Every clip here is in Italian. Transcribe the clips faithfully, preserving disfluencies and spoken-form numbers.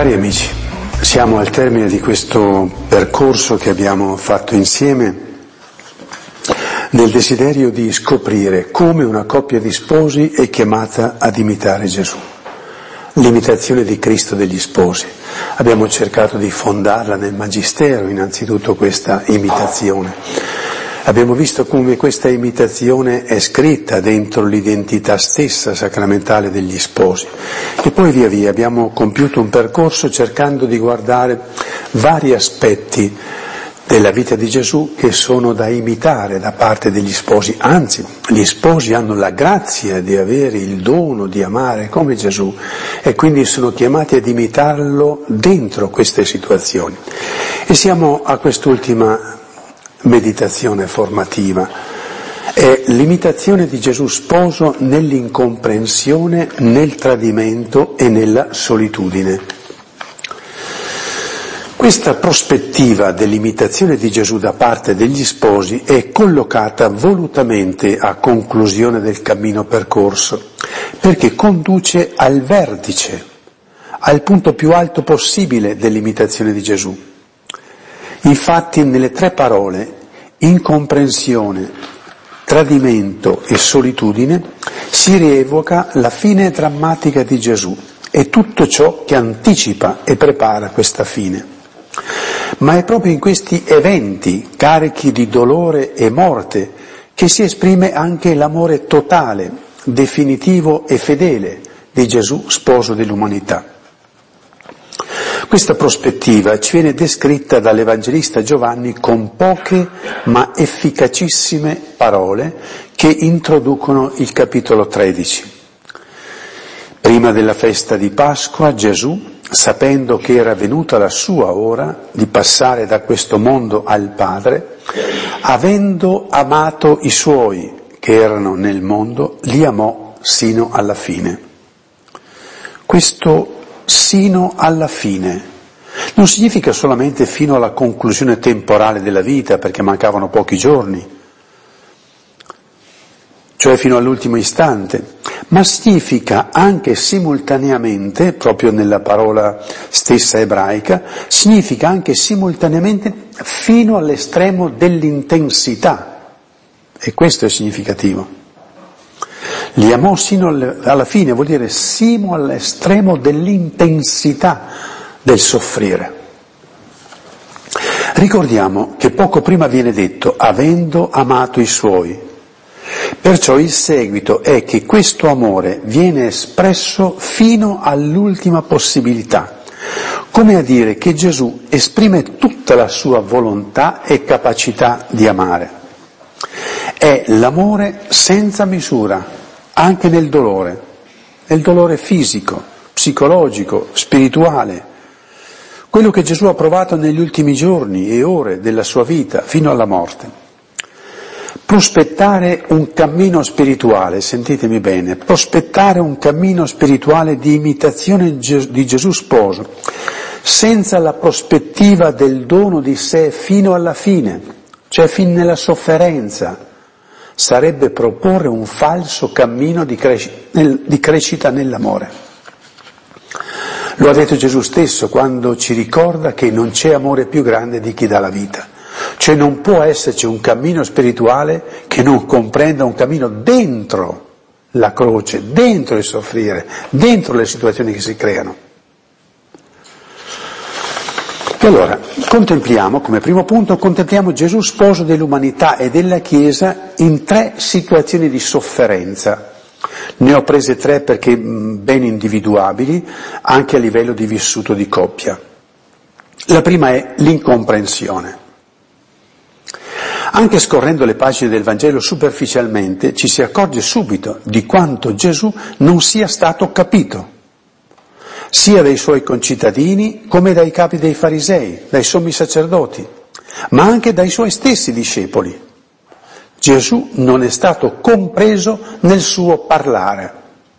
Cari amici, siamo al termine di questo percorso che abbiamo fatto insieme nel desiderio di scoprire come una coppia di sposi è chiamata ad imitare Gesù. L'imitazione di Cristo degli sposi. Abbiamo cercato di fondarla nel Magistero, innanzitutto questa imitazione. Abbiamo visto come questa imitazione è scritta dentro l'identità stessa sacramentale degli sposi. E poi via via abbiamo compiuto un percorso cercando di guardare vari aspetti della vita di Gesù che sono da imitare da parte degli sposi. Anzi, gli sposi hanno la grazia di avere il dono di amare come Gesù e quindi sono chiamati ad imitarlo dentro queste situazioni. E siamo a quest'ultima meditazione formativa. È l'imitazione di Gesù sposo nell'incomprensione, nel tradimento e nella solitudine. Questa prospettiva dell'imitazione di Gesù da parte degli sposi è collocata volutamente a conclusione del cammino percorso, perché conduce al vertice, al punto più alto possibile dell'imitazione di Gesù. Infatti nelle tre parole, incomprensione, tradimento e solitudine, si rievoca la fine drammatica di Gesù e tutto ciò che anticipa e prepara questa fine. Ma è proprio in questi eventi carichi di dolore e morte che si esprime anche l'amore totale, definitivo e fedele di Gesù, sposo dell'umanità. Questa prospettiva ci viene descritta dall'Evangelista Giovanni con poche ma efficacissime parole che introducono il capitolo tredici. Prima della festa di Pasqua, Gesù, sapendo che era venuta la sua ora di passare da questo mondo al Padre, avendo amato i suoi che erano nel mondo, li amò sino alla fine. Questo sino alla fine non significa solamente fino alla conclusione temporale della vita, perché mancavano pochi giorni, cioè fino all'ultimo istante, ma significa anche simultaneamente, proprio nella parola stessa ebraica, significa anche simultaneamente fino all'estremo dell'intensità, e questo è significativo. Li amò sino alla fine, vuol dire sino all'estremo dell'intensità del soffrire. Ricordiamo che poco prima viene detto, avendo amato i suoi. Perciò il seguito è che questo amore viene espresso fino all'ultima possibilità, come a dire che Gesù esprime tutta la sua volontà e capacità di amare. È l'amore senza misura, anche nel dolore, nel dolore fisico, psicologico, spirituale, quello che Gesù ha provato negli ultimi giorni e ore della sua vita, fino alla morte. Prospettare un cammino spirituale, sentitemi bene, prospettare un cammino spirituale di imitazione di Gesù sposo, senza la prospettiva del dono di sé fino alla fine, cioè fin nella sofferenza, sarebbe proporre un falso cammino di, cresc- nel, di crescita nell'amore. Lo ha detto Gesù stesso quando ci ricorda che non c'è amore più grande di chi dà la vita. Cioè non può esserci un cammino spirituale che non comprenda un cammino dentro la croce, dentro il soffrire, dentro le situazioni che si creano. E allora, contempliamo, come primo punto, contempliamo Gesù sposo dell'umanità e della Chiesa in tre situazioni di sofferenza. Ne ho prese tre perché ben individuabili, anche a livello di vissuto di coppia. La prima è l'incomprensione. Anche scorrendo le pagine del Vangelo superficialmente ci si accorge subito di quanto Gesù non sia stato capito, sia dai suoi concittadini come dai capi dei farisei, dai sommi sacerdoti, ma anche dai suoi stessi discepoli. Gesù non è stato compreso nel suo parlare.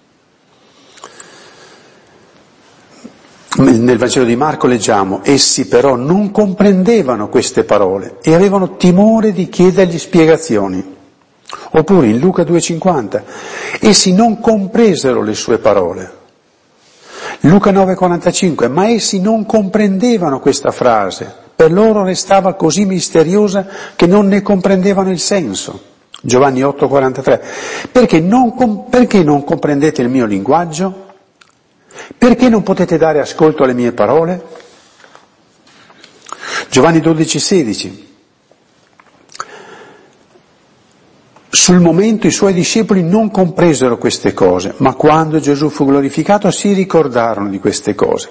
Nel Vangelo di Marco leggiamo, essi però non comprendevano queste parole e avevano timore di chiedergli spiegazioni. Oppure in Luca due cinquanta, essi non compresero le sue parole. Luca nove quarantacinque, ma essi non comprendevano questa frase, per loro restava così misteriosa che non ne comprendevano il senso. Giovanni otto quarantatré, perché non, perché non comprendete il mio linguaggio? Perché non potete dare ascolto alle mie parole? Giovanni dodici sedici, sul momento i suoi discepoli non compresero queste cose, ma quando Gesù fu glorificato si ricordarono di queste cose.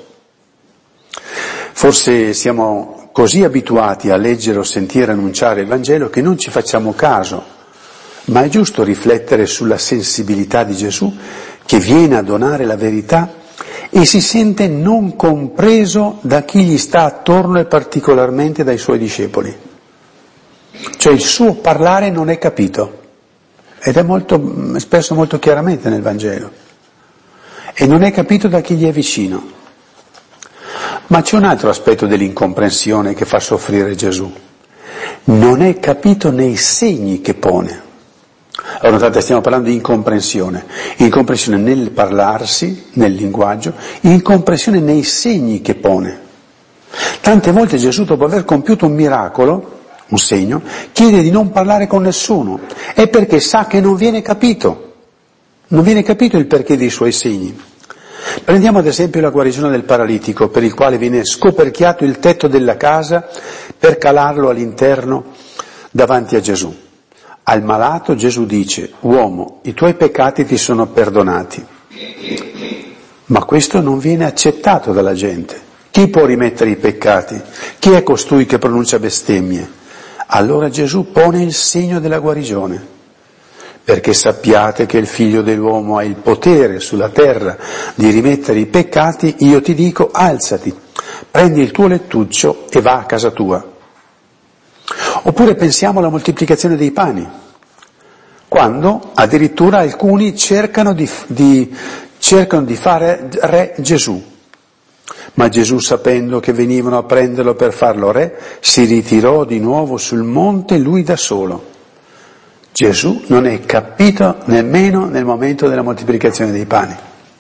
Forse siamo così abituati a leggere o sentire annunciare il Vangelo che non ci facciamo caso, ma è giusto riflettere sulla sensibilità di Gesù che viene a donare la verità e si sente non compreso da chi gli sta attorno e particolarmente dai suoi discepoli. Cioè il suo parlare non è capito, ed è molto, espresso molto chiaramente nel Vangelo, e non è capito da chi gli è vicino. Ma c'è un altro aspetto dell'incomprensione che fa soffrire Gesù. Non è capito nei segni che pone. Allora, notate, stiamo parlando di incomprensione, incomprensione nel parlarsi, nel linguaggio, incomprensione nei segni che pone. Tante volte Gesù, dopo aver compiuto un miracolo, un segno, chiede di non parlare con nessuno, è perché sa che non viene capito, non viene capito il perché dei suoi segni. Prendiamo ad esempio la guarigione del paralitico, per il quale viene scoperchiato il tetto della casa per calarlo all'interno davanti a Gesù. Al malato Gesù dice: uomo, i tuoi peccati ti sono perdonati. Ma questo non viene accettato dalla gente. Chi può rimettere i peccati? Chi è costui che pronuncia bestemmie? Allora Gesù pone il segno della guarigione, perché sappiate che il Figlio dell'uomo ha il potere sulla terra di rimettere i peccati. Io ti dico: alzati, prendi il tuo lettuccio e va a casa tua. Oppure pensiamo alla moltiplicazione dei pani, quando addirittura alcuni cercano di, di, cercano di fare re Gesù, ma Gesù, sapendo che venivano a prenderlo per farlo re, si ritirò di nuovo sul monte lui da solo. Gesù non è capito nemmeno nel momento della moltiplicazione dei pani.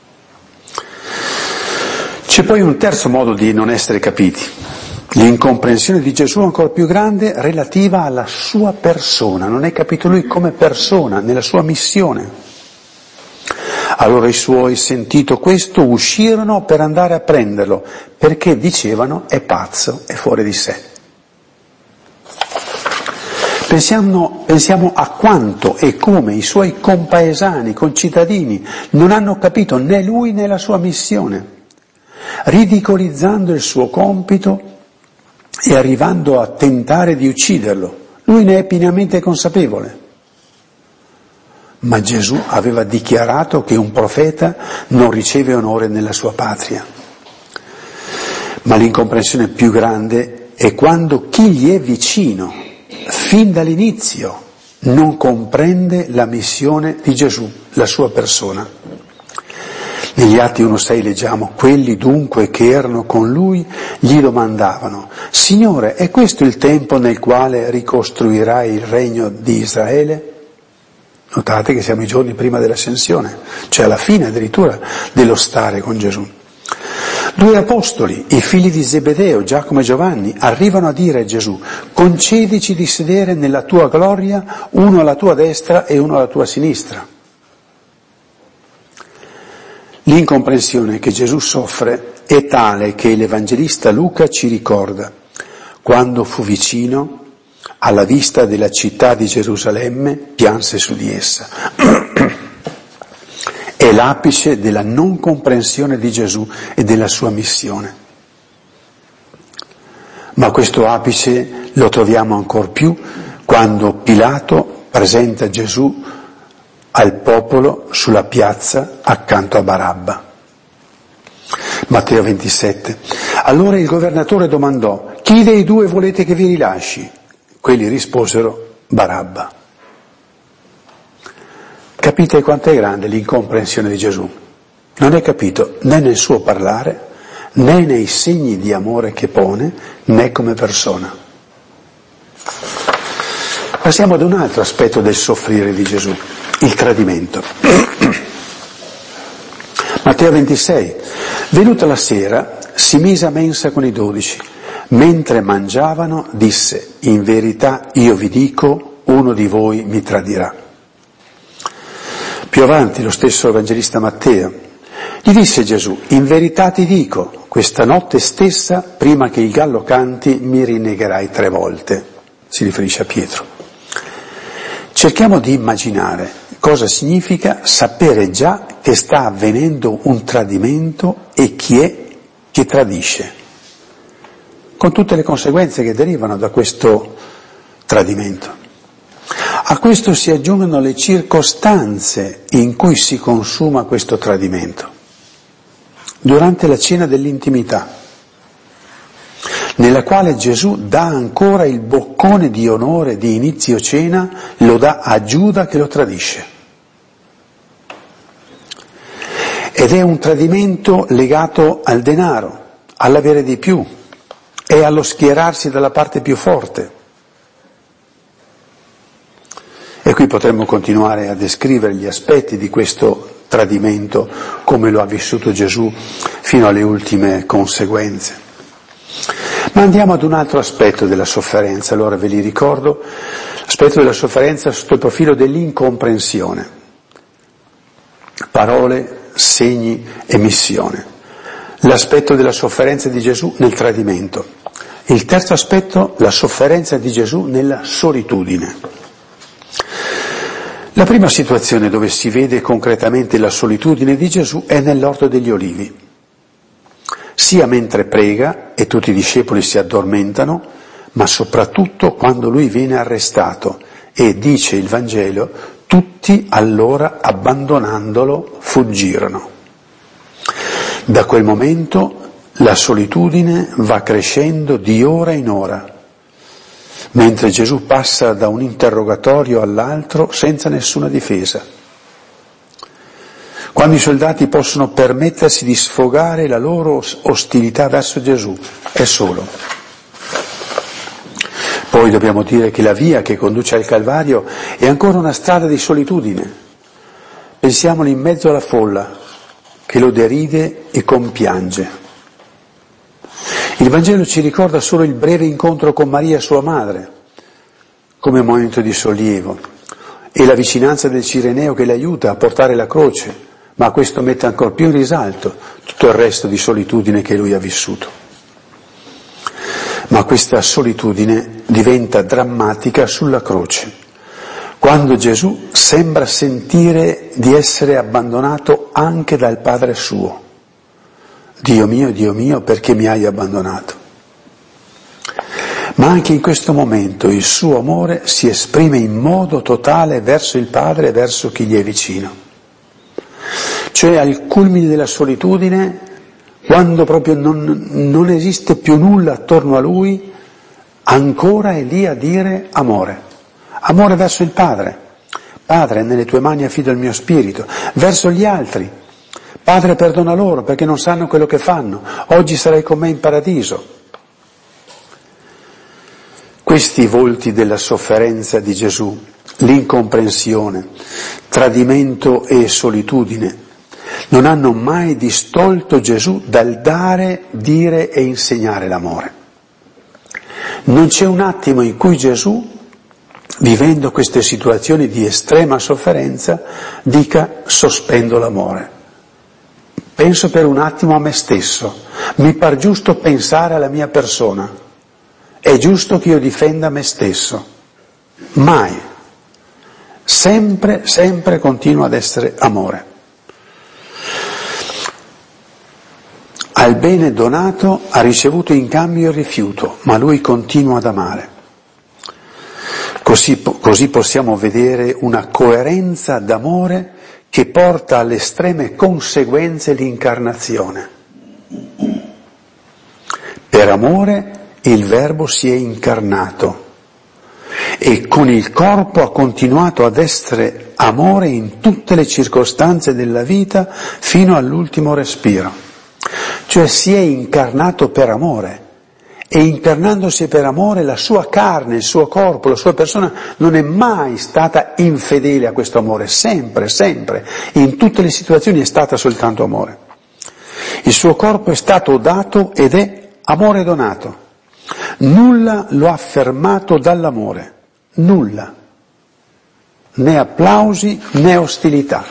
C'è poi un terzo modo di non essere capiti. L'incomprensione di Gesù è ancora più grande, relativa alla sua persona. Non è capito lui come persona, nella sua missione. Allora i suoi, sentito questo, uscirono per andare a prenderlo, perché dicevano: è pazzo, è fuori di sé. Pensiamo, pensiamo a quanto e come i suoi compaesani, concittadini, non hanno capito né lui né la sua missione, ridicolizzando il suo compito e arrivando a tentare di ucciderlo. Lui ne è pienamente consapevole. Ma Gesù aveva dichiarato che un profeta non riceve onore nella sua patria. Ma l'incomprensione più grande è quando chi gli è vicino, fin dall'inizio, non comprende la missione di Gesù, la sua persona. Negli Atti uno sei leggiamo: quelli dunque che erano con lui gli domandavano: Signore, è questo il tempo nel quale ricostruirai il regno di Israele? Notate che siamo i giorni prima dell'ascensione, cioè alla fine addirittura dello stare con Gesù. Due apostoli, i figli di Zebedeo, Giacomo e Giovanni, arrivano a dire a Gesù: concedici di sedere nella tua gloria, uno alla tua destra e uno alla tua sinistra. L'incomprensione che Gesù soffre è tale che l'Evangelista Luca ci ricorda: quando fu vicino, alla vista della città di Gerusalemme, pianse su di essa. È l'apice della non comprensione di Gesù e della sua missione. Ma questo apice lo troviamo ancor più quando Pilato presenta Gesù al popolo sulla piazza accanto a Barabba. Matteo ventisette. Allora il governatore domandò: chi dei due volete che vi rilasci? Quelli risposero: Barabba. Capite quanto è grande l'incomprensione di Gesù? Non è capito né nel suo parlare, né nei segni di amore che pone, né come persona. Passiamo ad un altro aspetto del soffrire di Gesù: il tradimento. Matteo ventisei. Venuta la sera, si mise a mensa con i dodici. Mentre mangiavano, disse: in verità io vi dico, uno di voi mi tradirà. Più avanti, lo stesso Evangelista Matteo, gli disse Gesù: in verità ti dico, questa notte stessa, prima che il gallo canti, mi rinnegherai tre volte. Si riferisce a Pietro. Cerchiamo di immaginare cosa significa sapere già che sta avvenendo un tradimento e chi è che tradisce, con tutte le conseguenze che derivano da questo tradimento. A questo si aggiungono le circostanze in cui si consuma questo tradimento. Durante la cena dell'intimità, nella quale Gesù dà ancora il boccone di onore di inizio cena, lo dà a Giuda che lo tradisce. Ed è un tradimento legato al denaro, all'avere di più e allo schierarsi dalla parte più forte. E qui potremmo continuare a descrivere gli aspetti di questo tradimento, come lo ha vissuto Gesù fino alle ultime conseguenze. Ma andiamo ad un altro aspetto della sofferenza, allora ve li ricordo, l'aspetto della sofferenza sotto il profilo dell'incomprensione. Parole, segni e missione. L'aspetto della sofferenza di Gesù nel tradimento. Il terzo aspetto, la sofferenza di Gesù nella solitudine. La prima situazione dove si vede concretamente la solitudine di Gesù è nell'Orto degli Olivi. Sia mentre prega e tutti i discepoli si addormentano, ma soprattutto quando lui viene arrestato e, dice il Vangelo, tutti allora abbandonandolo fuggirono. Da quel momento la solitudine va crescendo di ora in ora, mentre Gesù passa da un interrogatorio all'altro senza nessuna difesa. Quando i soldati possono permettersi di sfogare la loro ostilità verso Gesù, è solo. Poi dobbiamo dire che la via che conduce al Calvario è ancora una strada di solitudine. Pensiamoli in mezzo alla folla che lo deride e compiange. Il Vangelo ci ricorda solo il breve incontro con Maria, sua madre, come momento di sollievo, e la vicinanza del Cireneo che le aiuta a portare la croce, ma questo mette ancora più in risalto tutto il resto di solitudine che lui ha vissuto. Ma questa solitudine diventa drammatica sulla croce, quando Gesù sembra sentire di essere abbandonato anche dal Padre suo. Dio mio, Dio mio, perché mi hai abbandonato? Ma anche in questo momento il suo amore si esprime in modo totale verso il Padre e verso chi gli è vicino. Cioè al culmine della solitudine, quando proprio non, non esiste più nulla attorno a lui, ancora è lì a dire amore. Amore verso il Padre. Padre, nelle tue mani affido il mio spirito. Verso gli altri. Padre, perdona loro perché non sanno quello che fanno. Oggi sarai con me in paradiso. Questi volti della sofferenza di Gesù, l'incomprensione, tradimento e solitudine, non hanno mai distolto Gesù dal dare, dire e insegnare l'amore. Non c'è un attimo in cui Gesù, vivendo queste situazioni di estrema sofferenza, dica sospendo l'amore. Penso per un attimo a me stesso, mi par giusto pensare alla mia persona, è giusto che io difenda me stesso. Mai. Sempre, sempre continua ad essere amore. Al bene donato ha ricevuto in cambio il rifiuto, ma lui continua ad amare. Così, così possiamo vedere una coerenza d'amore che porta alle estreme conseguenze l'incarnazione. Per amore il Verbo si è incarnato e con il corpo ha continuato ad essere amore in tutte le circostanze della vita fino all'ultimo respiro. Cioè si è incarnato per amore, e incarnandosi per amore la sua carne, il suo corpo, la sua persona non è mai stata infedele a questo amore, sempre, sempre, in tutte le situazioni è stata soltanto amore. Il suo corpo è stato dato ed è amore donato. Nulla lo ha fermato dall'amore, nulla, né applausi né ostilità.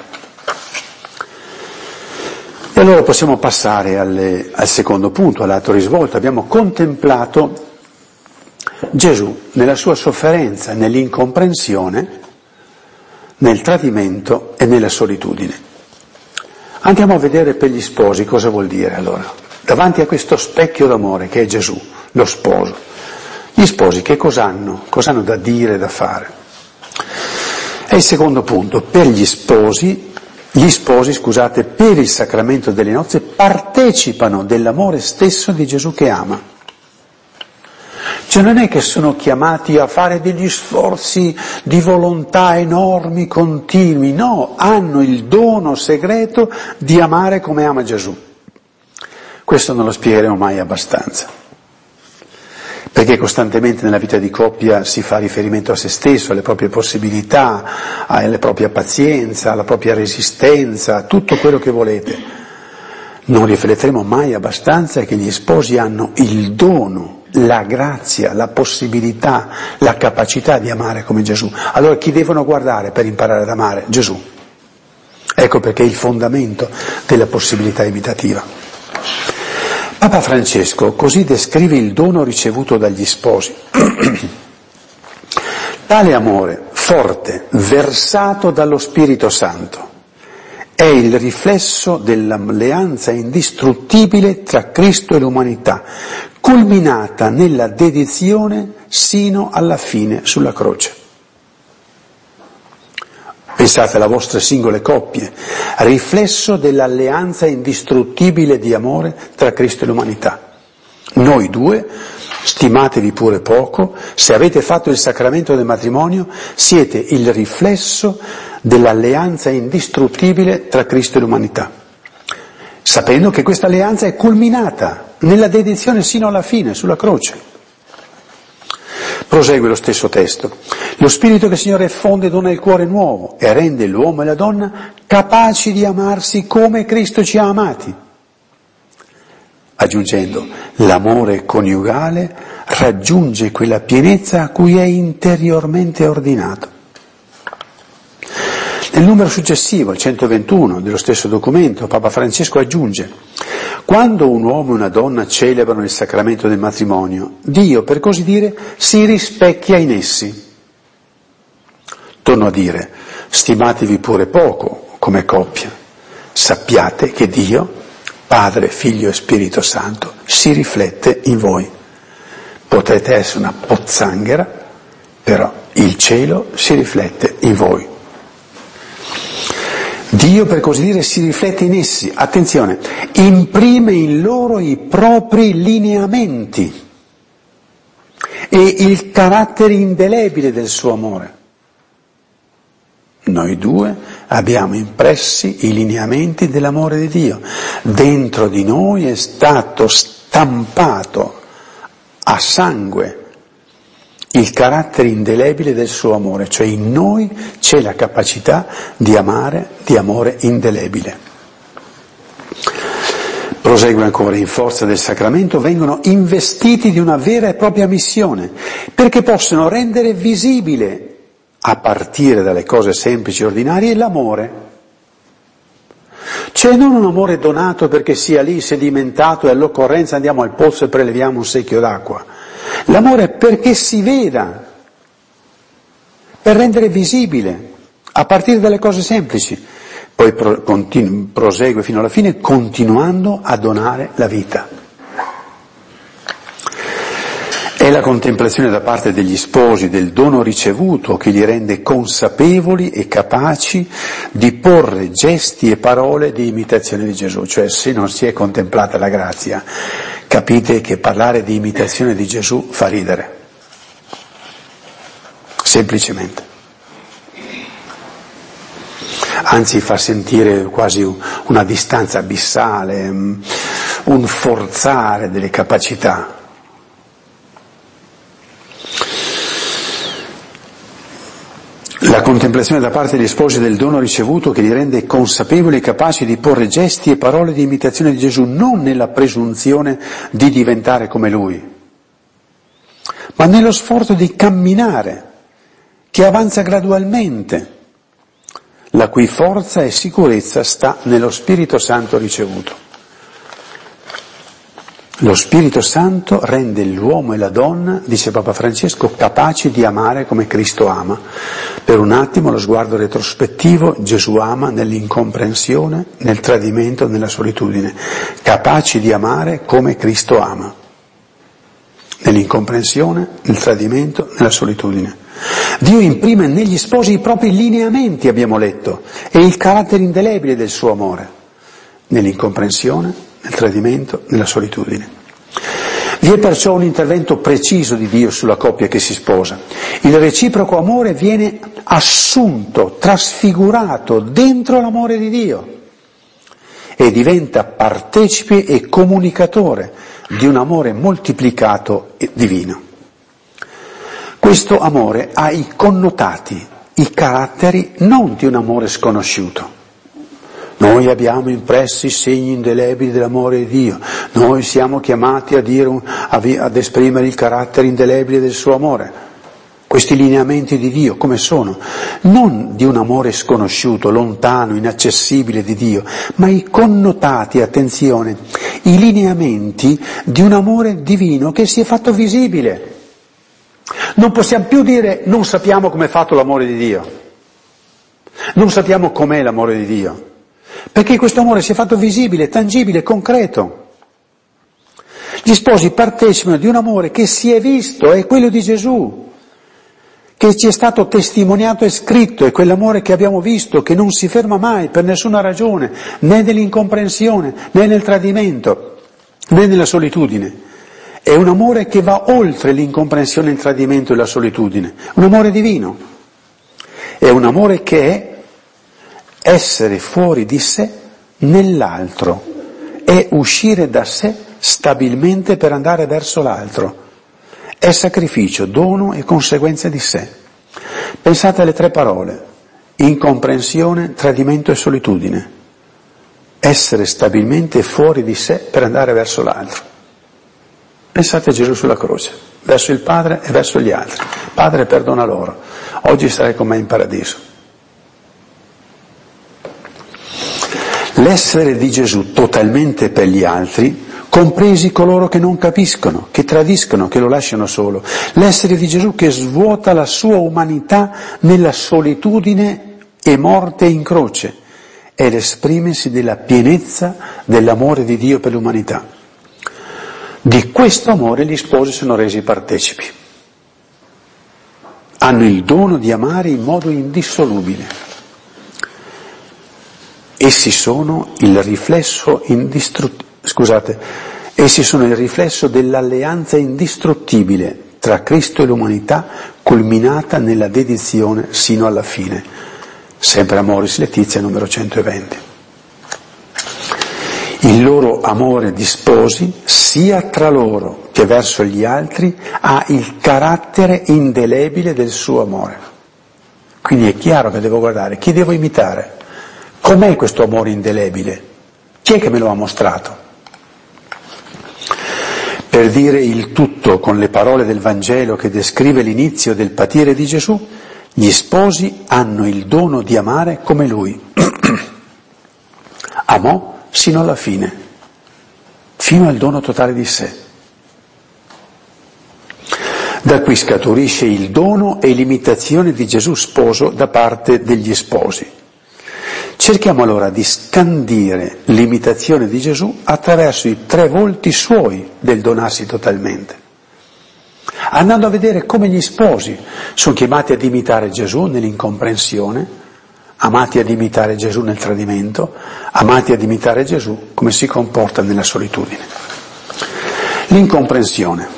E allora possiamo passare alle, al secondo punto, all'atto risvolto. Abbiamo contemplato Gesù nella sua sofferenza, nell'incomprensione, nel tradimento e nella solitudine. Andiamo a vedere per gli sposi cosa vuol dire allora. Davanti a questo specchio d'amore che è Gesù, lo sposo, gli sposi che cosa hanno? Cosa hanno da dire, da fare? E il secondo punto, per gli sposi, gli sposi, scusate, per il sacramento delle nozze partecipano dell'amore stesso di Gesù che ama. Cioè non è che sono chiamati a fare degli sforzi di volontà enormi, continui, no, hanno il dono segreto di amare come ama Gesù. Questo non lo spiegheremo mai abbastanza, perché costantemente nella vita di coppia si fa riferimento a se stesso, alle proprie possibilità, alla propria pazienza, alla propria resistenza, a tutto quello che volete. Non rifletteremo mai abbastanza che gli sposi hanno il dono, la grazia, la possibilità, la capacità di amare come Gesù. Allora chi devono guardare per imparare ad amare? Gesù. Ecco perché è il fondamento della possibilità imitativa. Papa Francesco così descrive il dono ricevuto dagli sposi. Tale amore forte, versato dallo Spirito Santo, è il riflesso dell'alleanza indistruttibile tra Cristo e l'umanità, culminata nella dedizione sino alla fine sulla croce. Pensate alle vostre singole coppie, riflesso dell'alleanza indistruttibile di amore tra Cristo e l'umanità. Noi due, stimatevi pure poco, se avete fatto il sacramento del matrimonio, siete il riflesso dell'alleanza indistruttibile tra Cristo e l'umanità, sapendo che questa alleanza è culminata nella dedizione sino alla fine, sulla croce. Prosegue lo stesso testo. Lo Spirito che il Signore fonde dona il cuore nuovo e rende l'uomo e la donna capaci di amarsi come Cristo ci ha amati. Aggiungendo, l'amore coniugale raggiunge quella pienezza a cui è interiormente ordinato. Nel numero successivo, il centoventuno dello stesso documento, Papa Francesco aggiunge: quando un uomo e una donna celebrano il sacramento del matrimonio, Dio, per così dire, si rispecchia in essi. Torno a dire, stimatevi pure poco come coppia, sappiate che Dio, Padre, Figlio e Spirito Santo, si riflette in voi. Potrete essere una pozzanghera, però il cielo si riflette in voi. Dio, per così dire, si riflette in essi, attenzione, imprime in loro i propri lineamenti e il carattere indelebile del suo amore. Noi due abbiamo impressi i lineamenti dell'amore di Dio. Dentro di noi è stato stampato a sangue il carattere indelebile del suo amore, cioè in noi c'è la capacità di amare, di amore indelebile. Prosegue ancora, in forza del sacramento vengono investiti di una vera e propria missione, perché possono rendere visibile, a partire dalle cose semplici e ordinarie, l'amore. Cioè non un amore donato perché sia lì sedimentato e all'occorrenza andiamo al pozzo e preleviamo un secchio d'acqua. L'amore perché si veda, per rendere visibile, a partire dalle cose semplici, poi pro, continu, prosegue fino alla fine continuando a donare la vita. È la contemplazione da parte degli sposi del dono ricevuto che li rende consapevoli e capaci di porre gesti e parole di imitazione di Gesù. Cioè, se non si è contemplata la grazia, capite che parlare di imitazione di Gesù fa ridere. Semplicemente. Anzi, fa sentire quasi una distanza abissale, un forzare delle capacità. La contemplazione da parte degli sposi del dono ricevuto che li rende consapevoli e capaci di porre gesti e parole di imitazione di Gesù, non nella presunzione di diventare come Lui, ma nello sforzo di camminare, che avanza gradualmente, la cui forza e sicurezza sta nello Spirito Santo ricevuto. Lo Spirito Santo rende l'uomo e la donna, dice Papa Francesco, capaci di amare come Cristo ama. Per un attimo lo sguardo retrospettivo, Gesù ama nell'incomprensione, nel tradimento, nella solitudine. Capaci di amare come Cristo ama. Nell'incomprensione, nel tradimento, nella solitudine. Dio imprime negli sposi i propri lineamenti, abbiamo letto, e il carattere indelebile del suo amore. Nell'incomprensione, nel tradimento, nella solitudine. Vi è perciò un intervento preciso di Dio sulla coppia che si sposa. Il reciproco amore viene assunto, trasfigurato dentro l'amore di Dio e diventa partecipe e comunicatore di un amore moltiplicato e divino. Questo amore ha i connotati, i caratteri non di un amore sconosciuto. Noi abbiamo impressi i segni indelebili dell'amore di Dio, noi siamo chiamati a dire, ad esprimere il carattere indelebile del suo amore. Questi lineamenti di Dio come sono? Non di un amore sconosciuto, lontano, inaccessibile di Dio, ma i connotati, attenzione, i lineamenti di un amore divino che si è fatto visibile. Non possiamo più dire non sappiamo com'è fatto l'amore di Dio, non sappiamo com'è l'amore di Dio. Perché questo amore si è fatto visibile, tangibile, concreto. Gli sposi partecipano di un amore che si è visto, è quello di Gesù, che ci è stato testimoniato e scritto, è quell'amore che abbiamo visto, che non si ferma mai per nessuna ragione, né nell'incomprensione, né nel tradimento, né nella solitudine. È un amore che va oltre l'incomprensione, il tradimento e la solitudine, un amore divino. È un amore che è essere fuori di sé nell'altro, è uscire da sé stabilmente per andare verso l'altro, è sacrificio, dono e conseguenza di sé. Pensate alle tre parole, incomprensione, tradimento e solitudine, essere stabilmente fuori di sé per andare verso l'altro. Pensate a Gesù sulla croce, verso il Padre e verso gli altri. Padre, perdona loro, oggi sarai con me in paradiso. L'essere di Gesù totalmente per gli altri, compresi coloro che non capiscono, che tradiscono, che lo lasciano solo. L'essere di Gesù che svuota la sua umanità nella solitudine e morte in croce, è l'esprimersi della pienezza dell'amore di Dio per l'umanità. Di questo amore gli sposi sono resi partecipi. Hanno il dono di amare in modo indissolubile. Essi sono il riflesso indistruttibile, scusate, essi sono il riflesso dell'alleanza indistruttibile tra Cristo e l'umanità, culminata nella dedizione sino alla fine. Sempre Amoris Laetitia, numero centoventi. Il loro amore di sposi, sia tra loro che verso gli altri, ha il carattere indelebile del suo amore. Quindi è chiaro che devo guardare chi devo imitare. Com'è questo amore indelebile? Chi è che me lo ha mostrato? Per dire il tutto con le parole del Vangelo che descrive l'inizio del patire di Gesù, gli sposi hanno il dono di amare come Lui. Amò sino alla fine, fino al dono totale di sé. Da qui scaturisce il dono e l'imitazione di Gesù sposo da parte degli sposi. Cerchiamo allora di scandire l'imitazione di Gesù attraverso i tre volti suoi del donarsi totalmente, andando a vedere come gli sposi sono chiamati ad imitare Gesù nell'incomprensione, amati ad imitare Gesù nel tradimento, amati ad imitare Gesù come si comporta nella solitudine. L'incomprensione.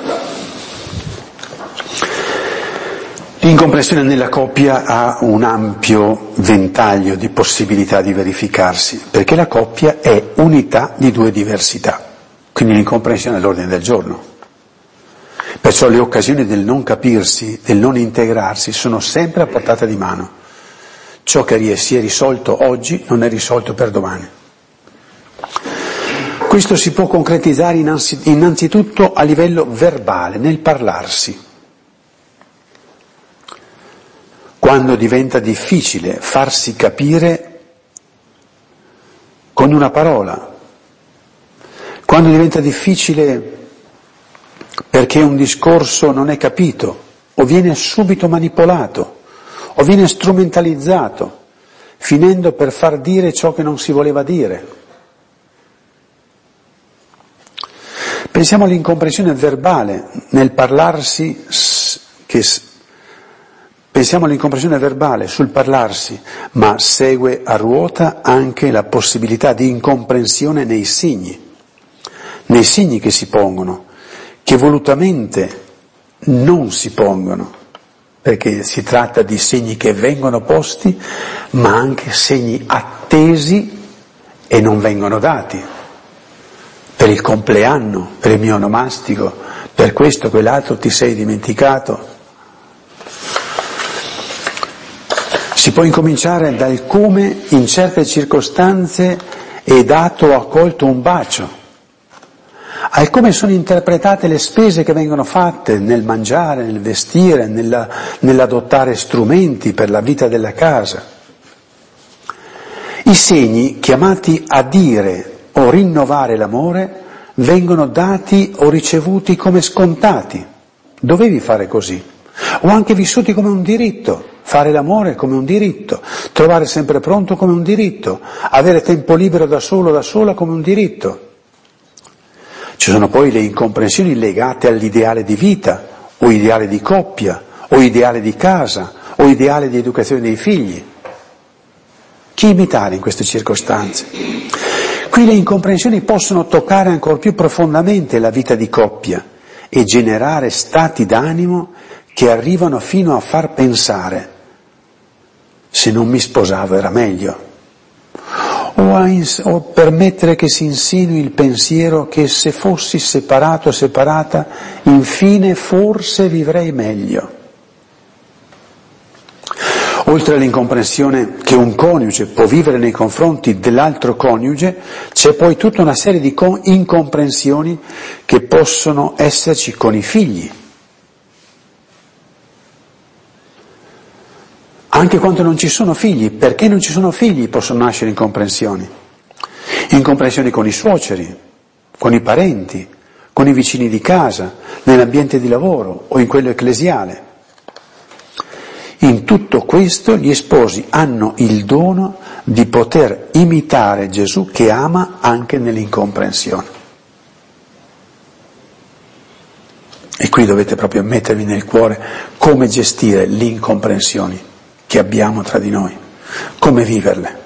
L'incomprensione nella coppia ha un ampio ventaglio di possibilità di verificarsi, perché la coppia è unità di due diversità, quindi l'incomprensione è all'ordine del giorno. Perciò le occasioni del non capirsi, del non integrarsi, sono sempre a portata di mano. Ciò che si è risolto oggi non è risolto per domani. Questo si può concretizzare innanzitutto a livello verbale, nel parlarsi. Quando diventa difficile farsi capire con una parola, quando diventa difficile perché un discorso non è capito, o viene subito manipolato, o viene strumentalizzato, finendo per far dire ciò che non si voleva dire. Pensiamo all'incomprensione verbale nel parlarsi, che, pensiamo all'incomprensione verbale sul parlarsi, ma segue a ruota anche la possibilità di incomprensione nei segni, nei segni che si pongono, che volutamente non si pongono, perché si tratta di segni che vengono posti, ma anche segni attesi e non vengono dati. Per il compleanno, per il mio onomastico, per questo, quell'altro ti sei dimenticato. Si può incominciare dal come in certe circostanze è dato o accolto un bacio, al come sono interpretate le spese che vengono fatte nel mangiare, nel vestire, nella, nell'adottare strumenti per la vita della casa. I segni chiamati a dire o rinnovare l'amore vengono dati o ricevuti come scontati. Dovevi fare così. O anche vissuti come un diritto. Fare l'amore come un diritto. Trovare sempre pronto come un diritto. Avere tempo libero da solo o da sola come un diritto. Ci sono poi le incomprensioni legate all'ideale di vita, o ideale di coppia, o ideale di casa, o ideale di educazione dei figli. Chi imitare in queste circostanze? Qui le incomprensioni possono toccare ancor più profondamente la vita di coppia e generare stati d'animo che arrivano fino a far pensare: se non mi sposavo era meglio. O, a ins- o permettere che si insinui il pensiero che se fossi separato o separata, infine forse vivrei meglio. Oltre all'incomprensione che un coniuge può vivere nei confronti dell'altro coniuge, c'è poi tutta una serie di con- incomprensioni che possono esserci con i figli. Anche quando non ci sono figli, perché non ci sono figli possono nascere incomprensioni. Incomprensioni con i suoceri, con i parenti, con i vicini di casa, nell'ambiente di lavoro o in quello ecclesiale. In tutto questo gli sposi hanno il dono di poter imitare Gesù che ama anche nell'incomprensione. E qui dovete proprio mettervi nel cuore come gestire le incomprensioni che abbiamo tra di noi, come viverle.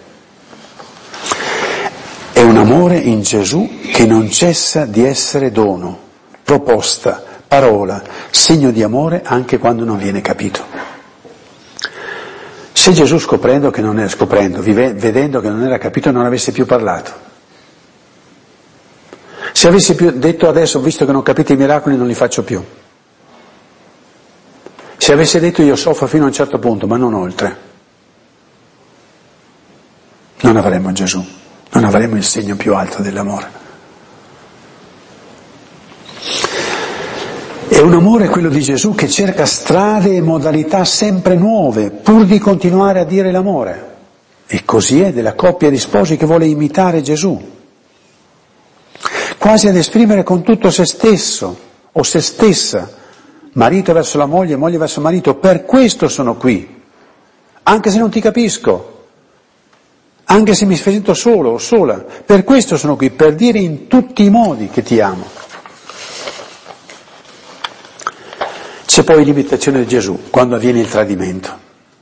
È un amore in Gesù che non cessa di essere dono, proposta, parola, segno di amore anche quando non viene capito. Se Gesù scoprendo che non era scoprendo, vive, vedendo che non era capito, non avesse più parlato, se avesse più detto adesso, visto che non capite i miracoli, non li faccio più, se avesse detto io soffro fino a un certo punto, ma non oltre, non avremmo Gesù, non avremmo il segno più alto dell'amore. È un amore, quello di Gesù, che cerca strade e modalità sempre nuove, pur di continuare a dire l'amore. E così è della coppia di sposi che vuole imitare Gesù, quasi ad esprimere con tutto se stesso o se stessa, marito verso la moglie, moglie verso il marito: per questo sono qui, anche se non ti capisco, anche se mi sento solo o sola, per questo sono qui, per dire in tutti i modi che ti amo. C'è poi l'imitazione di Gesù quando avviene il tradimento.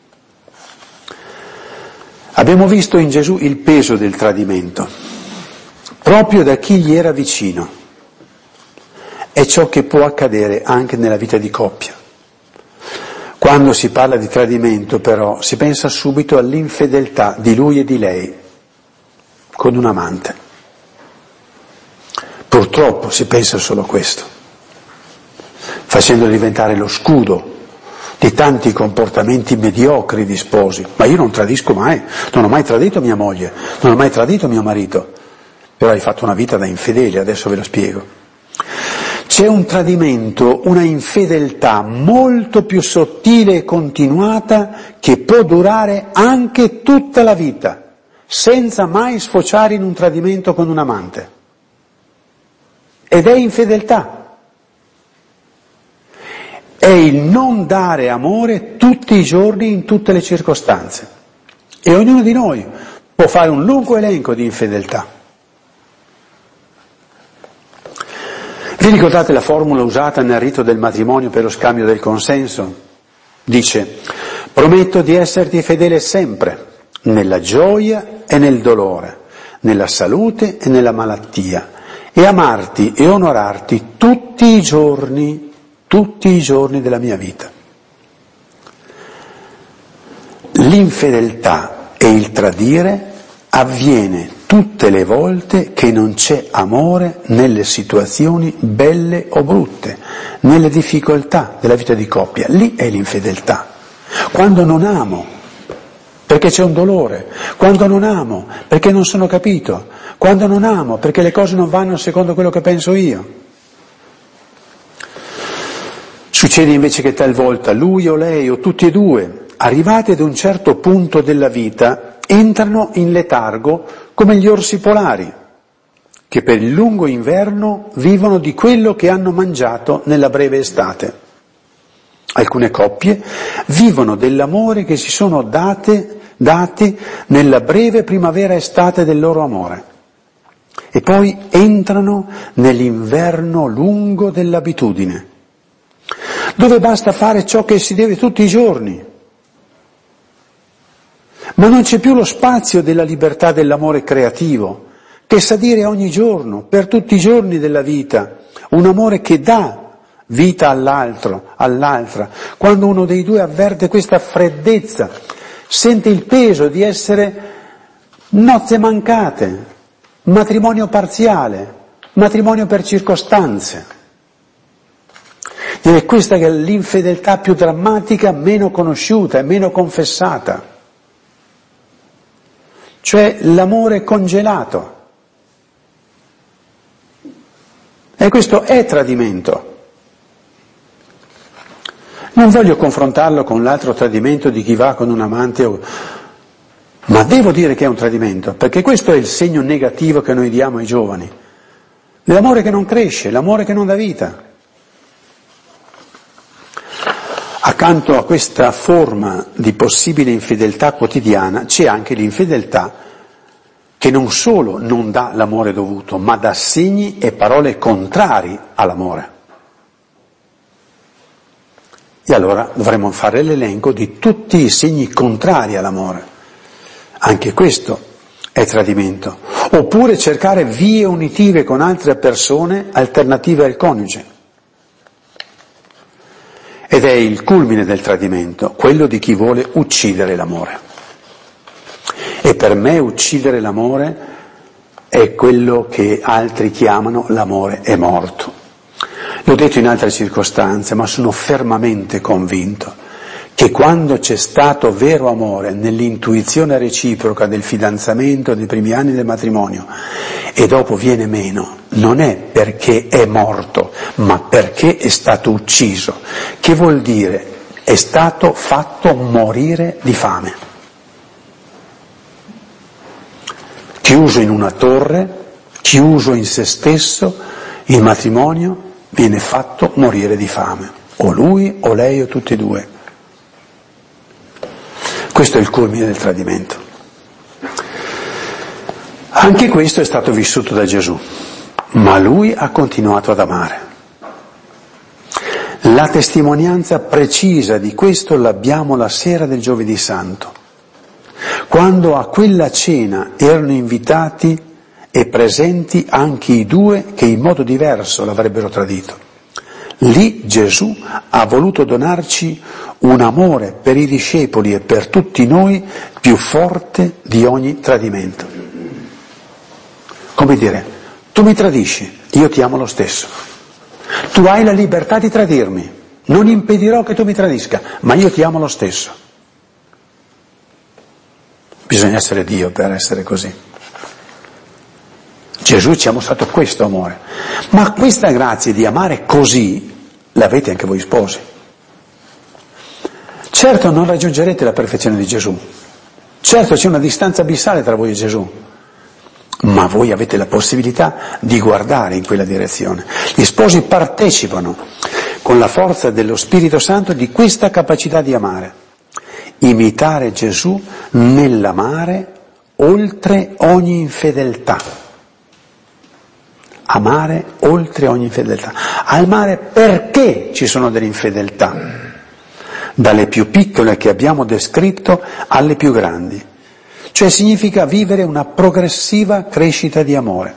Abbiamo visto in Gesù il peso del tradimento, proprio da chi gli era vicino. È ciò che può accadere anche nella vita di coppia. Quando si parla di tradimento, però, si pensa subito all'infedeltà di lui e di lei con un amante. Purtroppo si pensa solo a questo. facendolo diventare lo scudo di tanti comportamenti mediocri di sposi. Ma io non tradisco mai, non ho mai tradito mia moglie, non ho mai tradito mio marito, però hai fatto una vita da infedele, adesso ve lo spiego. C'è un tradimento, una infedeltà molto più sottile e continuata che può durare anche tutta la vita, senza mai sfociare in un tradimento con un amante. Ed è infedeltà. È il non dare amore tutti i giorni in tutte le circostanze. E ognuno di noi può fare un lungo elenco di infedeltà. Vi ricordate la formula usata nel rito del matrimonio per lo scambio del consenso? Dice: prometto di esserti fedele sempre, nella gioia e nel dolore, nella salute e nella malattia, e amarti e onorarti tutti i giorni, tutti i giorni della mia vita. L'infedeltà e il tradire avviene tutte le volte che non c'è amore nelle situazioni belle o brutte, nelle difficoltà della vita di coppia. Lì è l'infedeltà. Quando non amo, perché c'è un dolore, quando non amo, perché non sono capito, quando non amo, perché le cose non vanno secondo quello che penso io. Succede invece che talvolta lui o lei o tutti e due, arrivati ad un certo punto della vita, entrano in letargo come gli orsi polari, che per il lungo inverno vivono di quello che hanno mangiato nella breve estate. Alcune coppie vivono dell'amore che si sono date, dati nella breve primavera-estate del loro amore, e poi entrano nell'inverno lungo dell'abitudine, dove basta fare ciò che si deve tutti i giorni. Ma non c'è più lo spazio della libertà dell'amore creativo, che sa dire ogni giorno, per tutti i giorni della vita, un amore che dà vita all'altro, all'altra. Quando uno dei due avverte questa freddezza, sente il peso di essere nozze mancate, matrimonio parziale, matrimonio per circostanze. Ed è questa che è l'infedeltà più drammatica, meno conosciuta e meno confessata. Cioè l'amore congelato. E questo è tradimento. Non voglio confrontarlo con l'altro tradimento di chi va con un amante, o... ma devo dire che è un tradimento, perché questo è il segno negativo che noi diamo ai giovani. L'amore che non cresce, l'amore che non dà vita. Accanto a questa forma di possibile infedeltà quotidiana c'è anche l'infedeltà che non solo non dà l'amore dovuto, ma dà segni e parole contrari all'amore. E allora dovremmo fare l'elenco di tutti i segni contrari all'amore. Anche questo è tradimento. Oppure cercare vie unitive con altre persone alternative al coniuge. Ed è il culmine del tradimento, quello di chi vuole uccidere l'amore. E per me uccidere l'amore è quello che altri chiamano l'amore è morto. L'ho detto in altre circostanze, ma sono fermamente convinto che quando c'è stato vero amore nell'intuizione reciproca del fidanzamento, dei primi anni del matrimonio, e dopo viene meno, non è perché è morto, ma perché è stato ucciso, che vuol dire è stato fatto morire di fame. Chiuso in una torre, chiuso in se stesso, il matrimonio viene fatto morire di fame, o lui o lei o tutti e due. Questo è il culmine del tradimento. Anche questo è stato vissuto da Gesù, ma lui ha continuato ad amare. La testimonianza precisa di questo l'abbiamo la sera del Giovedì Santo, quando a quella cena erano invitati e presenti anche i due che in modo diverso l'avrebbero tradito. Lì Gesù ha voluto donarci un amore per i discepoli e per tutti noi più forte di ogni tradimento. Come dire, tu mi tradisci, io ti amo lo stesso. Tu hai la libertà di tradirmi, non impedirò che tu mi tradisca, ma io ti amo lo stesso. Bisogna essere Dio per essere così. Gesù ci ha mostrato questo amore, ma questa grazia di amare così l'avete anche voi sposi. Certo non raggiungerete la perfezione di Gesù, certo c'è una distanza abissale tra voi e Gesù, ma voi avete la possibilità di guardare in quella direzione. Gli sposi partecipano con la forza dello Spirito Santo di questa capacità di amare, imitare Gesù nell'amare oltre ogni infedeltà. Amare oltre ogni infedeltà. Amare perché ci sono delle infedeltà, dalle più piccole che abbiamo descritto alle più grandi. Cioè significa vivere una progressiva crescita di amore.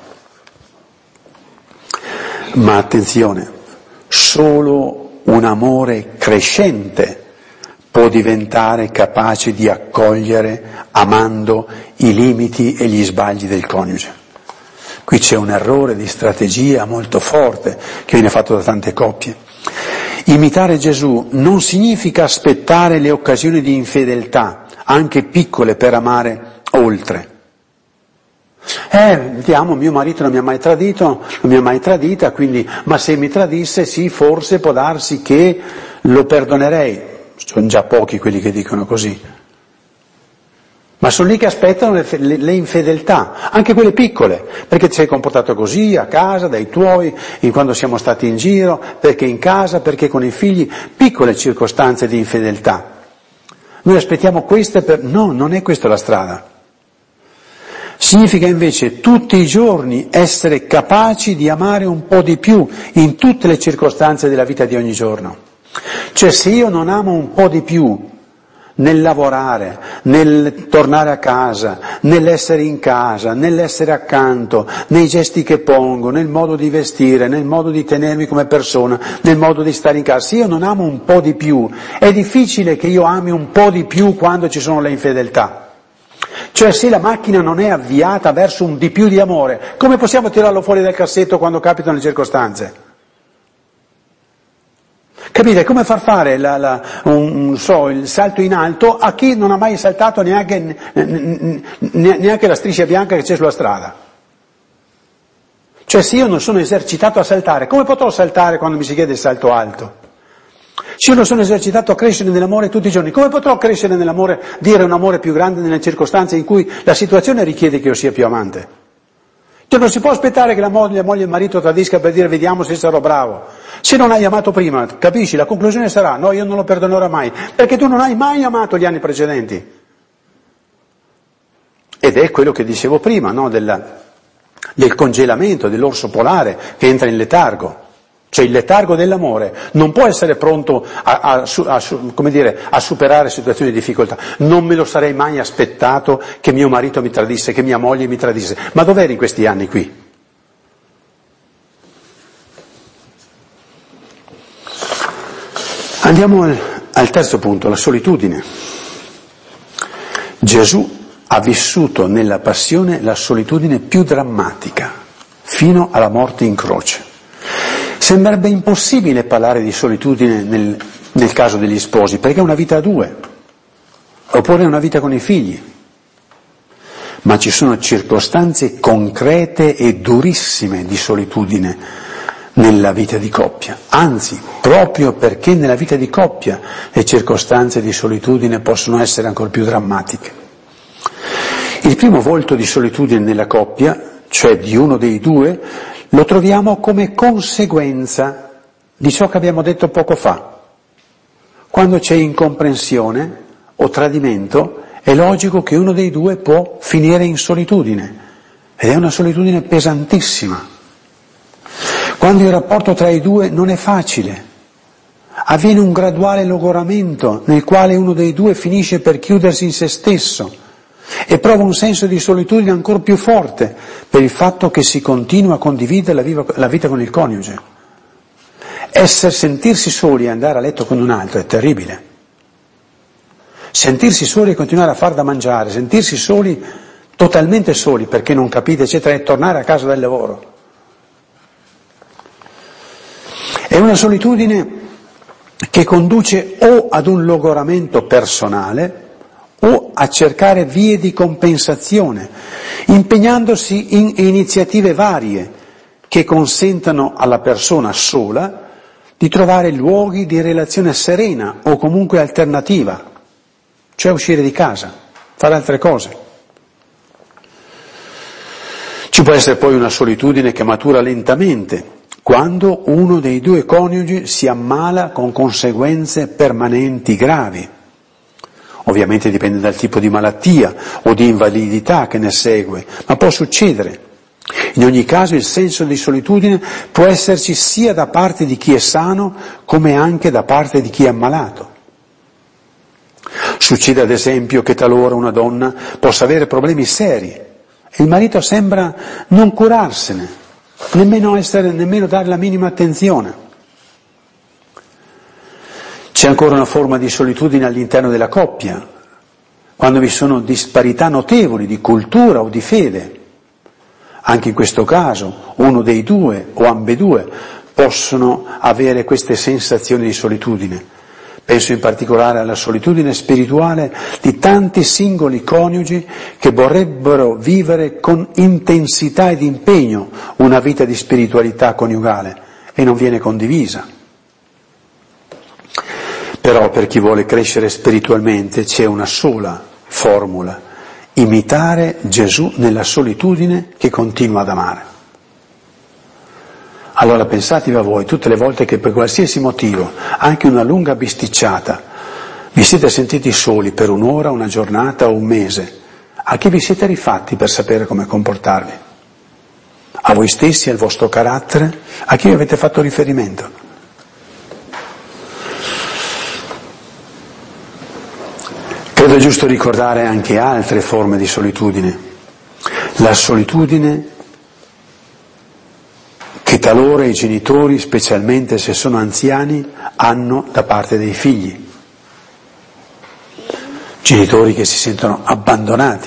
Ma attenzione, solo un amore crescente può diventare capace di accogliere, amando, i limiti e gli sbagli del coniuge. Qui c'è un errore di strategia molto forte che viene fatto da tante coppie. Imitare Gesù non significa aspettare le occasioni di infedeltà, anche piccole, per amare oltre. Eh, ti amo, mio marito non mi ha mai tradito, non mi ha mai tradita, quindi, ma se mi tradisse, sì, forse può darsi che lo perdonerei. Sono già pochi quelli che dicono così. Ma sono lì che aspettano le, le, le infedeltà, anche quelle piccole, perché ti sei comportato così a casa, dai tuoi, in quando siamo stati in giro, perché in casa, perché con i figli, piccole circostanze di infedeltà. Noi aspettiamo queste per... No, non è questa la strada. Significa invece tutti i giorni essere capaci di amare un po' di più in tutte le circostanze della vita di ogni giorno. Cioè se io non amo un po' di più nel lavorare, nel tornare a casa, nell'essere in casa, nell'essere accanto, nei gesti che pongo, nel modo di vestire, nel modo di tenermi come persona, nel modo di stare in casa. Se io non amo un po' di più, è difficile che io ami un po' di più quando ci sono le infedeltà. Cioè se la macchina non è avviata verso un di più di amore, come possiamo tirarlo fuori dal cassetto quando capitano le circostanze? Capite? Come far fare la, la, un, so, il salto in alto a chi non ha mai saltato neanche, neanche la striscia bianca che c'è sulla strada? Cioè se io non sono esercitato a saltare, come potrò saltare quando mi si chiede il salto alto? Se io non sono esercitato a crescere nell'amore tutti i giorni, come potrò crescere nell'amore, dire un amore più grande nelle circostanze in cui la situazione richiede che io sia più amante? Cioè non si può aspettare che la moglie, la moglie e il marito tradisca per dire vediamo se sarò bravo. Se non hai amato prima, capisci? La conclusione sarà no, io non lo perdonerò mai, perché tu non hai mai amato gli anni precedenti. Ed è quello che dicevo prima, no? Della, del congelamento, dell'orso polare che entra in letargo. Cioè il letargo dell'amore non può essere pronto a, a, a, come dire, a superare situazioni di difficoltà. Non me lo sarei mai aspettato che mio marito mi tradisse, che mia moglie mi tradisse. Ma dov'eri in questi anni qui? Andiamo al, al terzo punto, la solitudine. Gesù ha vissuto nella passione la solitudine più drammatica, fino alla morte in croce. Sembrerebbe impossibile parlare di solitudine nel, nel caso degli sposi, perché è una vita a due, oppure una vita con i figli. Ma ci sono circostanze concrete e durissime di solitudine nella vita di coppia. Anzi, proprio perché nella vita di coppia le circostanze di solitudine possono essere ancora più drammatiche. Il primo volto di solitudine nella coppia, cioè di uno dei due, lo troviamo come conseguenza di ciò che abbiamo detto poco fa. Quando c'è incomprensione o tradimento, è logico che uno dei due può finire in solitudine, ed è una solitudine pesantissima. Quando il rapporto tra i due non è facile, avviene un graduale logoramento nel quale uno dei due finisce per chiudersi in se stesso e prova un senso di solitudine ancora più forte per il fatto che si continua a condividere la, viva, la vita con il coniuge. Essere, sentirsi soli e andare a letto con un altro è terribile. Sentirsi soli e continuare a far da mangiare, sentirsi soli, totalmente soli perché non capite, eccetera, e tornare a casa dal lavoro. È una solitudine che conduce o ad un logoramento personale o a cercare vie di compensazione, impegnandosi in iniziative varie che consentano alla persona sola di trovare luoghi di relazione serena o comunque alternativa, cioè uscire di casa, fare altre cose. Ci può essere poi una solitudine che matura lentamente, quando uno dei due coniugi si ammala con conseguenze permanenti gravi. Ovviamente dipende dal tipo di malattia o di invalidità che ne segue, ma può succedere. In ogni caso il senso di solitudine può esserci sia da parte di chi è sano come anche da parte di chi è ammalato. Succede ad esempio che talora una donna possa avere problemi seri e il marito sembra non curarsene, nemmeno, essere, nemmeno dare la minima attenzione. C'è ancora una forma di solitudine all'interno della coppia, quando vi sono disparità notevoli di cultura o di fede. Anche in questo caso uno dei due o ambedue possono avere queste sensazioni di solitudine. Penso in particolare alla solitudine spirituale di tanti singoli coniugi che vorrebbero vivere con intensità ed impegno una vita di spiritualità coniugale e non viene condivisa. Però per chi vuole crescere spiritualmente c'è una sola formula: imitare Gesù nella solitudine che continua ad amare. Allora pensatevi a voi, tutte le volte che per qualsiasi motivo, anche una lunga bisticciata, vi siete sentiti soli per un'ora, una giornata o un mese, a chi vi siete rifatti per sapere come comportarvi? A voi stessi, al vostro carattere? A chi avete fatto riferimento? Credo è giusto ricordare anche altre forme di solitudine. La solitudine che talora i genitori, specialmente se sono anziani, hanno da parte dei figli. Genitori che si sentono abbandonati,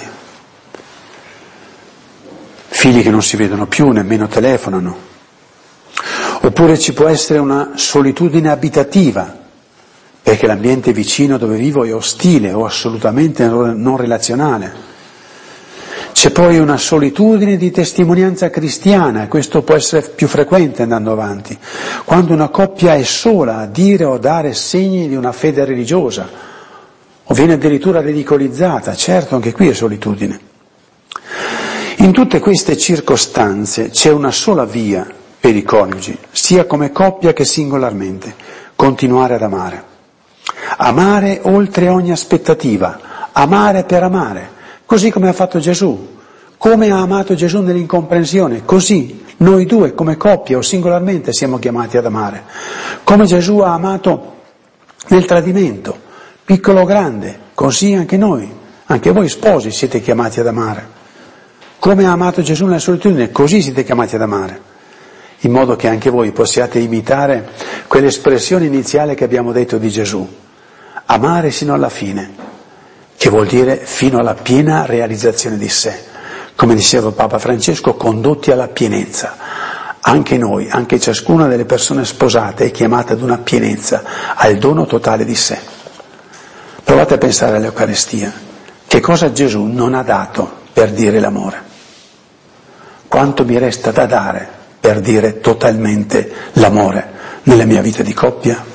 figli che non si vedono più, nemmeno telefonano. Oppure ci può essere una solitudine abitativa, perché l'ambiente vicino dove vivo è ostile o assolutamente non relazionale. C'è poi una solitudine di testimonianza cristiana, e questo può essere più frequente andando avanti, quando una coppia è sola a dire o dare segni di una fede religiosa, o viene addirittura ridicolizzata. Certo, anche qui è solitudine. In tutte queste circostanze c'è una sola via per i coniugi, sia come coppia che singolarmente: continuare ad amare. Amare oltre ogni aspettativa, amare per amare, così come ha fatto Gesù. Come ha amato Gesù nell'incomprensione, così noi due come coppia o singolarmente siamo chiamati ad amare. Come Gesù ha amato nel tradimento, piccolo o grande, così anche noi, anche voi sposi siete chiamati ad amare. Come ha amato Gesù nella solitudine, così siete chiamati ad amare, in modo che anche voi possiate imitare quell'espressione iniziale che abbiamo detto di Gesù: amare sino alla fine, che vuol dire fino alla piena realizzazione di sé. Come diceva Papa Francesco, condotti alla pienezza. Anche noi, anche ciascuna delle persone sposate è chiamata ad una pienezza, al dono totale di sé. Provate a pensare all'Eucaristia. Che cosa Gesù non ha dato per dire l'amore? Quanto mi resta da dare per dire totalmente l'amore nella mia vita di coppia?